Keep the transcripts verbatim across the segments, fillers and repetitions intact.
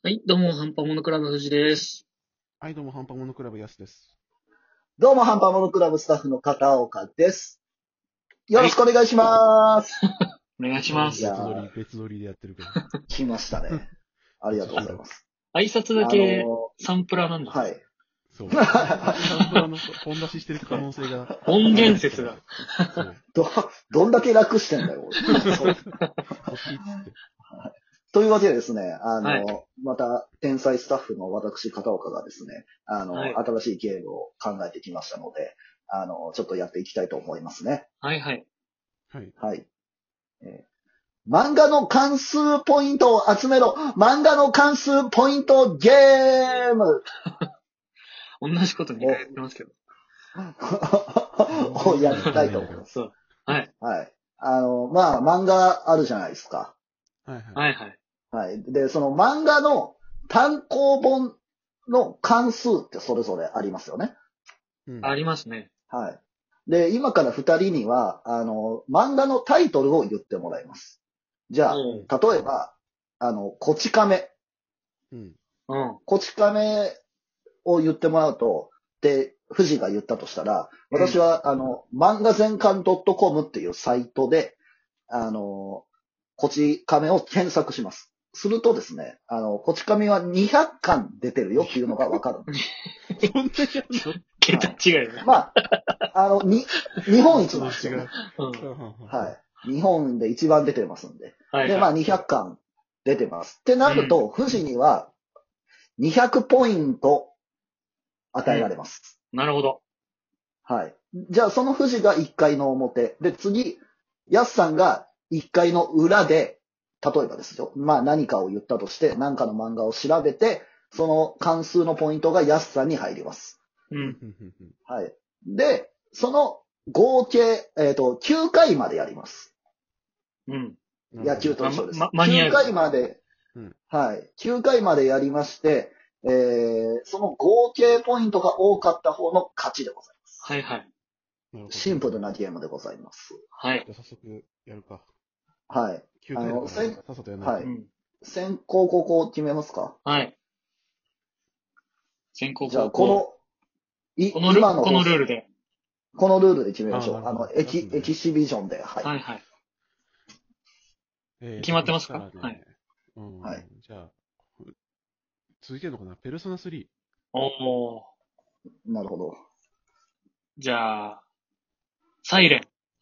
はい、どうも、ハンパモノクラブ藤です。 はい、どうも、ハンパモノクラブやすです。 どうも、ハンパモノクラブスタッフの片岡です。よはい、 ろしくお願いします。 お願いしま別す。 撮り、別撮りでやってるけど。 来ましたね。ありがとうございます。 挨拶だあけのサンプラーなんでー、 すよ。 はい。 そう。サンプラのポン出ししてる可能性が。 音源説が。 そう。 ど、どんだけ楽してんだよ、俺。そうポッキーっつって。 というわけでですね、あの、 はいまた、天才スタッフの私、片岡がですね、あの、 はい新しいゲームを考えてきましたので、あの、ちょっとやっていきたいと思いますね。 はいはい。 はい。 はい。えー漫画の関数ポイントを集めろ漫画の関数ポイントゲーム同じことにかいやってますけど。 をやりたいと思います。 そう。はい。 はい。あの、まあ、漫画あるじゃないですか。 はいはい。 はいはい。 はい。で、その漫画の単行本の関数ってそれぞれありますよね。 うん、 ありますね。 はい。で、今から二人には、あの、漫画のタイトルを言ってもらいます。じゃあ、 うん。 例えば、あの、こち亀。 うん。 うん。 こち亀を言ってもらうと、で、富士が言ったとしたら、私は、あの、漫画全巻 .com っていうサイトで、あの、こち亀を検索します。するとですね、あの、こち亀はにひゃっかん出てるよっていうのがわかるんです。 そんなにやんの桁違いだね。 まあ、あの、に、日本一なんですよ、 違うね。。 うん。 はい。日本で一番出てますんで。で、まあはいはい。 にひゃっかん出てます。ってなると、富士にはにひゃくポイント与えられます。 なるほど。 はい。じゃあ、その富士がいっかいの表。で、次、やすさんがいっかいの裏で、例えばですよ。まあ何かを言ったとして、何かの漫画を調べて、その関数のポイントがやすさんに入ります。 う。 うんん。 はい。で、その合計、えっと、きゅうかいまでやります。 うん。 野球と一緒です。 まま間に合うきゅうかいまで、 うんはい。きゅうかいまでやりまして、えー、その合計ポイントが多かった方の勝ちでございます。 はいはい。 なるほど。 シンプルなゲームでございます。 はい。 じゃあ早速やるか。 はい。 きゅうかいだから、 あのせんさっさとやらないと。 はいうん。 先行後攻決めますか？ はい。先行じゃあ、 後攻。 この、い、 このル今のこのルールで。 このルールで決めましょう。 あなるほどあの、エキ、 出すんだねエキシビジョンで。はい。 はいはい。 えー決まってますか？ そしたらねはい。 うん。 はいじゃあ、続いてるのかなペルソナスリー。 おー。 なるほど。 じゃあ、サイレン。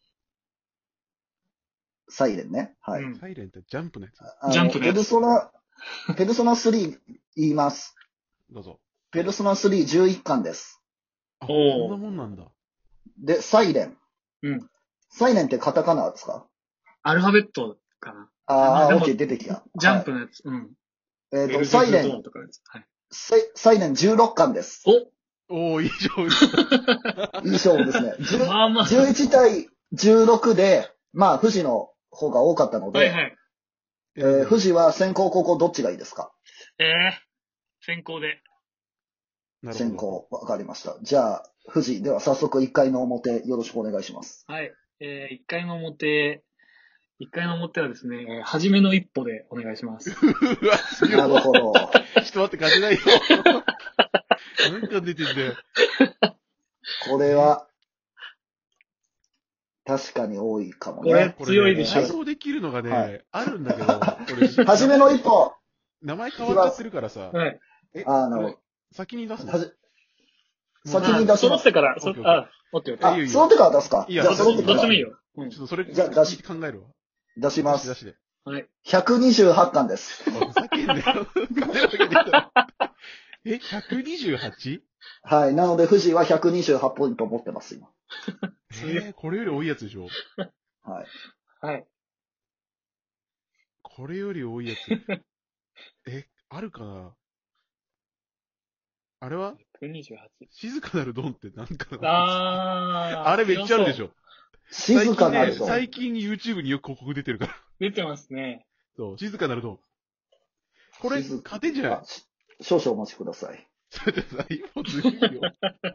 サイレンね。はい。 うん。 サイレンってジャンプのやつ。 あのジャンプのやつペルソナ、ペルソナスリー言います。 どうぞ。 ペルソナスリーじゅういっかんです。 あ、 おーそんなもんなんだ。 で、サイレン。 うん。 サイレンってカタカナですか？ アルファベットかな。 ああ、 でもオッケー出てきた。 ジャンプのやつ。うん。 はい。えっ、と、 ベルゼサイレンブドーン、とかのやつ。はい。 サイサイレンじゅうろっかんです。 おおー、いいじゃん。 いい勝負ですね。じゅうまあまあ。 じゅういち対じゅうろくで、まあ、富士の方が多かったので、 はいはい。 えー富士は先行後攻どっちがいいですか？ ええー、先行で。 なるほど。 先行、わかりました。じゃあ、富士、では早速いっかいの表よろしくお願いします。 はい。えー、一回の表、一回の表はですね、えー初めの一歩でお願いします。 うわ、強い。 なるほど。 ちょっと待って、勝てないよ。なんか出てんだよ。 これは、確かに多いかもこれね。 強いでしょ予想できるのがね、 はいあるんだけど、俺、 初めの一歩。 名前変わっちゃってるからさ。 はい。 え、 あーなるほどこれ先に出すのはじ、 もう先に出します揃ってから、そオッケーオッケーあ、オッケーオッケー。 あいいよいい、よ揃ってから出すか？ いいやじゃあ揃ってからどっちもいいよ。うんちょっとそれ、 じゃあ出し考えるわ。 出します。 出しで。 はい。 ひゃくにじゅうはちかんです。 おいふざけんなよ。金分けてきた。え、ひゃくにじゅうはち? はい。なので、富士はひゃくにじゅうはちポイント持ってます、今。 えー、これより多いやつでしょはい。 はい。 これより多いやつ。え、あるかなあれはひゃくにじゅうはち。 静かなるドンってなんかあー。 あれめっちゃあるでしょ。 ょ静かなるぞ。 最近ね、最近 YouTube によく広告出てるから。 出てますね。 そう、静かなるドン。これ、 静か勝てんじゃないあし少々お待ちください。 ちょっとさ、一歩ずるいよ。い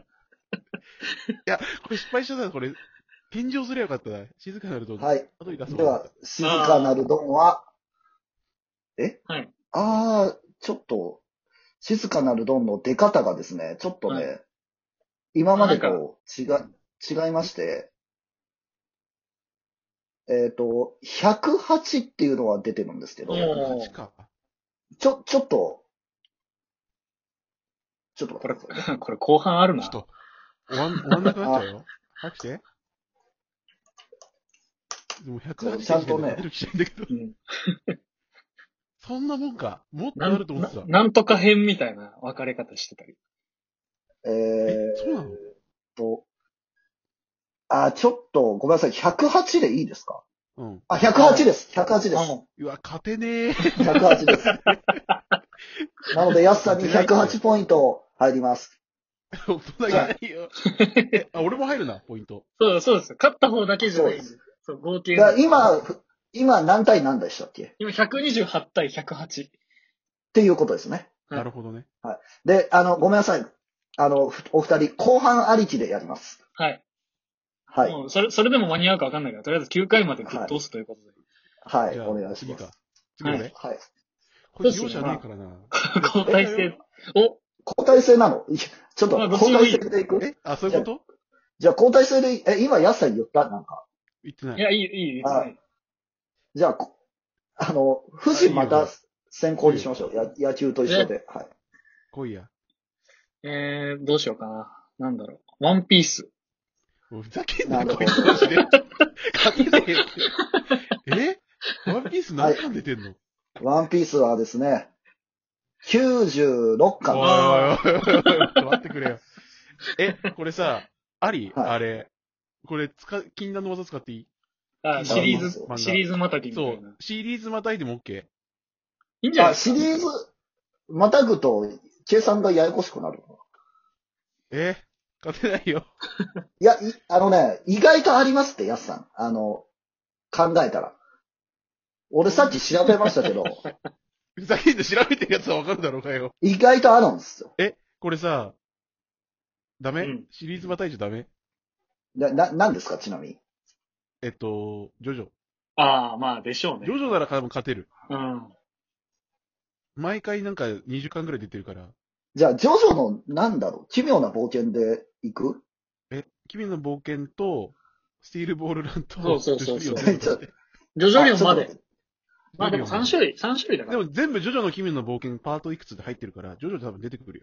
や、これ失敗しちゃったら、これ、返上すればよかったな。静かなるドン。 はい。 後に出そうでは、静かなるドンは、えはい。 あー、 ちょっと、静かなるドンの出方がですね、ちょっとね、 は今までなんと違、違いまして、えっ、と、ひゃくはちっていうのは出てるんですけど、 おーひゃくはちか。 ちょ、ちょっと、ちょっとこれ待ってくださいね。、 これ後半あるな。 ちょっと、終わん、終わんなくなっちゃうよ。早くして。でもひゃくはちちゃんとね勝てる気しないんだけど。 うん。 そんなもんか。もっとなんあると思ってた。 ななんとか編みたいな分かれ方してたり。 ええ、 ーそうなの？ と、あ、ちょっと、ごめんなさい。ひゃくはちでいいですか？ うん。 あ、ひゃくはちです。ひゃくはちです。 うんうわ、勝てねえ。 ひゃくはちです。なので、安さんにひゃくはちポイント入ります。 大人げないよ。え、あ、俺も入るな、ポイント。 そうそうです。勝った方だけじゃないんで。 そうそう、合計だから今、ふ今何対何でしたっけっ今ひゃくにじゅうはち対ひゃくはち。 ていうことですね。 はいなるほどね。 で、あの、ごめんなさい。あの、ふお二人、後半ありきでやります。 はい。 はい。 もう、それ、それでも間に合うか分かんないから、とりあえずきゅうかいまでぶっ通すということで。 はい、 じゃあ、 お願いし次かます。。 次俺、 はいはい。 これ容赦ねえからな。 交代制。お、 交代制なのいやちょっと、 まあどっち交でもいい代制でいくえ、あ、そういうことじゃあ、交代制でい、え、今、安さん言ったなんか。 言ってないい。 や、いい、いい、いい。 あじゃあ、こあの、富士またあいいよ先行にしましょう。や野球と一緒で。はい。 来いや。 えー、どうしようかな。なんだろう。ワンピース。 もうふざけんなよ、 なるほどこいつマジで。勝てねえよって。えワンピース何巻出てんの、 ワンピースはですね、きゅうじゅうろっかんおいです。 おいおいおいおい、ちょっと待ってくれよ。え、これさ、あり、 はいあれ。これ、つか、禁断の技使っていい？ あ、シリーズ漫、 画シリーズまたぎみたそいうな。。 シリーズまたいでも OK。 あ、 いいんじゃないですか。 シリーズ、またぐと、計算がややこしくなる。 え勝てないよ。 いや、い、あのね、意外とありますって、やすさん。あの、考えたら。俺さっき調べましたけど、 ふざけんで調べてるやつはわかるだろうがよ。 意外とあるんですよ。 え、これさ、ダメ、 うんシリーズまたいじゃダメ？ な、な、なんですか、ちなみに。 えっと、ジョジョ。 ああ、まあ、でしょうねジ。ョジョなら多分勝てる。 うん。 毎回なんかにじゅっかんぐらい出てるから。 じゃあ、ジョジョの、なんだろう、奇妙な冒険で行くえ、君の冒険と、スティールボールランと、 そうそうそうそうジョジョリオン全部足して。 ジョジョリオンまで。 あちょっと待ってまあでもさん種類、さん種類だから。 でも全部ジョジョの奇妙な冒険パートいくつで入ってるから、ジョジョ多分出てくるよ。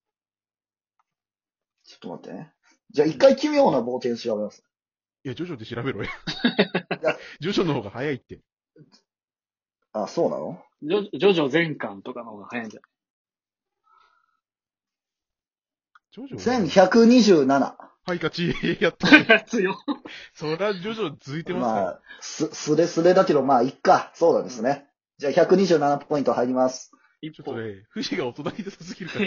ちょっと待ってね。じゃあ、一回奇妙な冒険調べます。 いや、ジョジョで調べろよや。 ジョジョの方が早いって。 あ、そうなのジョジョジョ全巻とかの方が早いんじゃジョジョ全ひゃくにじゅうなな。 はい、勝ち。やった。 ない強。 そら、ジョジョ続いてますから。 まあ、す、すれすれだけど、まあ、いっか。そうなんですね。じゃあ、ひゃくにじゅうななポイント入ります。 一歩。 ちょっとね、富士が大人に出さすぎるから。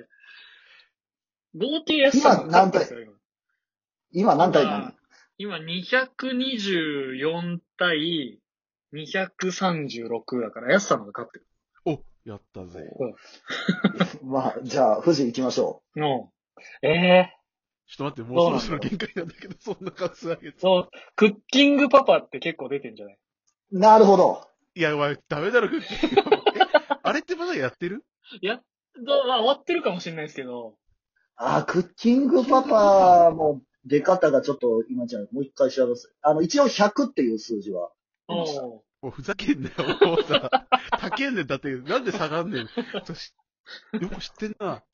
合計安さんが勝ったんですよ、今。 今、何対何今、にひゃくにじゅうよん対にひゃくさんじゅうろくだから、安さんのが勝ってる。 お、やったぜ。 まあ、じゃあ、富士行きましょの、ええちょっと待って、もうそろそろ限界なんだけど、そんな数上げて。 そう、クッキングパパって結構出てんじゃないうなるほど。 いや、お前、ダメだろ、クッキー。え、あれってまだやってる？ いや、どうまあ、終わってるかもしれないですけど、 あ、クッキングパパも出方がちょっと今じゃないもう一回調べます。あの、一応ひゃくっていう数字は出ました。 おもうふざけんなよ、もうさ。高えんねんだって、なんで下がんねん。そうしよく知ってんな。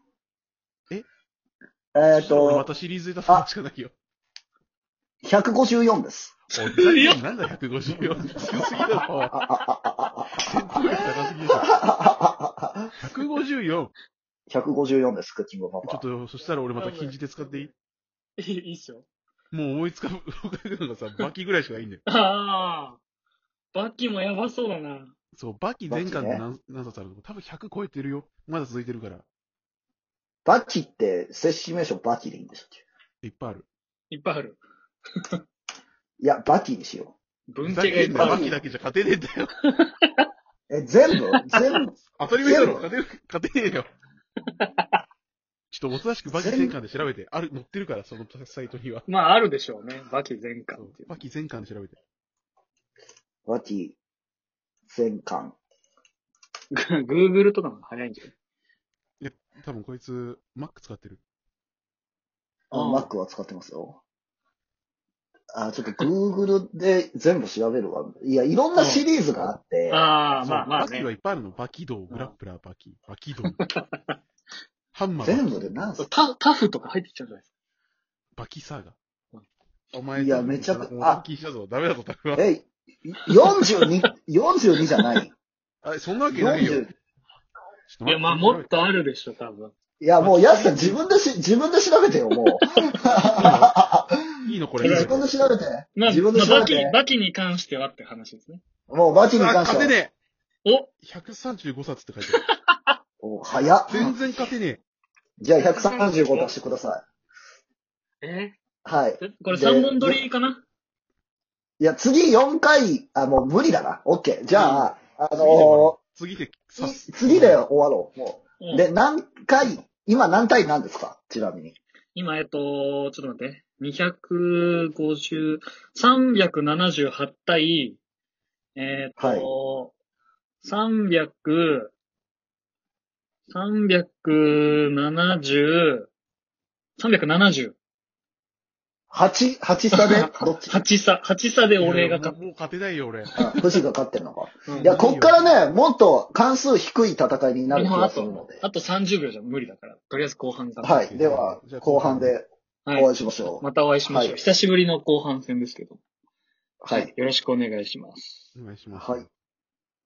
えっ俺まと、 たシリーズで出すしかないよ。 ひゃくごじゅうよんです。 おい、ふざけんなんだひゃくごじゅうよん。強すぎだろ、おい。戦闘力高すぎでしょ。ひゃくごじゅうよん。 ひゃくごじゅうよんです、クッキングパパ。 ちょっと、そしたら俺また禁じ手使っていい？ いいいいっすよ。 もう思いつかぶのがさ、バキぐらいしかないんだよ。 ああ、バッキーもやばそうだな。 そう、バキ全巻でバ何,、何冊あるの？多分ひゃく超えてるよ。まだ続いてるから。 バキって、正式名称バキでいいんでしたっけいっぱいある。 いっぱいある。 いや、バキにしよ文ふざ系がいっぱいある。 けんなよバキだけじゃ勝てねえんだよ。 う。え、全部全部当たり前だろ。 全部勝てる、勝てねえよ。ちょっとおとなしくバキ全巻で調べて。ある、載ってるから、そのサイトには。 まあ、あるでしょうね。バキ全巻そうっていう。 バキ全巻で調べて。 バキ、全巻。 Google とかの方が早いんじゃないいや、多分こいつ、Mac 使ってる。 あああ Mac は使ってますよ。あ、ちょっと Google で全部調べるわ。いや、いろんなシリーズがあって、 ああ、 そうまあまあね。 バキはいっぱいあるの。バキ道、グラップラー、バキ、バキ道。ハンマー、 全バキ部で何すタタフとか入ってきちゃうんじゃないですバキサーガうん。 お前、 いやめちゃくちゃ、あ、聞いたぞ。ダメだぞ、タフは。 え、よんじゅうに、よんじゅうにじゃないあ、そんなわけないよ。 ?よんじゅう、 ちょっとか。いや、 待ってまあもっとあるでしょ、多分。 いや、もう、やすさん自分でし、自分で調べてよ、もう。 いいのこれ。 自分で調べて。 まあ、 自分でまあバキ、 調べて。 バキに関してはって話ですね。 もう、バチにあ、 関しては。 勝てねおえ !ひゃくさんじゅうご 冊って書いてある。 お早っ。 全然勝てねじゃあ、ひゃくさんじゅうご出してください。 えはい。 ーこれさんぼん撮りかないや、次よんかい、あ、もう無理だな。オッケー。じゃあ、あ次で終わのろう次でー、 刺す。 次で終わろう。もう。 うんで、何回、今何対何ですかちなみに。 今、えっと、ちょっと待って。にひゃくごじゅう、さんびゃくななじゅうはち対、えっと、さんびゃく、さんびゃくななじゅう、さんびゃくななじゅう。 はち、はち差でどっちはち差、はち差で俺が勝っいやもうもう勝てないよ、俺。 あ、富士が勝ってんのか。 た。 いや、こっからね、もっと関数低い戦いになる気もうあがするので、。 とあとさんじゅうびょうじゃ無理だから。とりあえず後半から。 はい。ではじゃあ、 後半ではいお会いしましょう。 またお会いしましょう。 はい久しぶりの後半戦ですけど。 はい。 よろしくお願いします。 お願いします。 はい。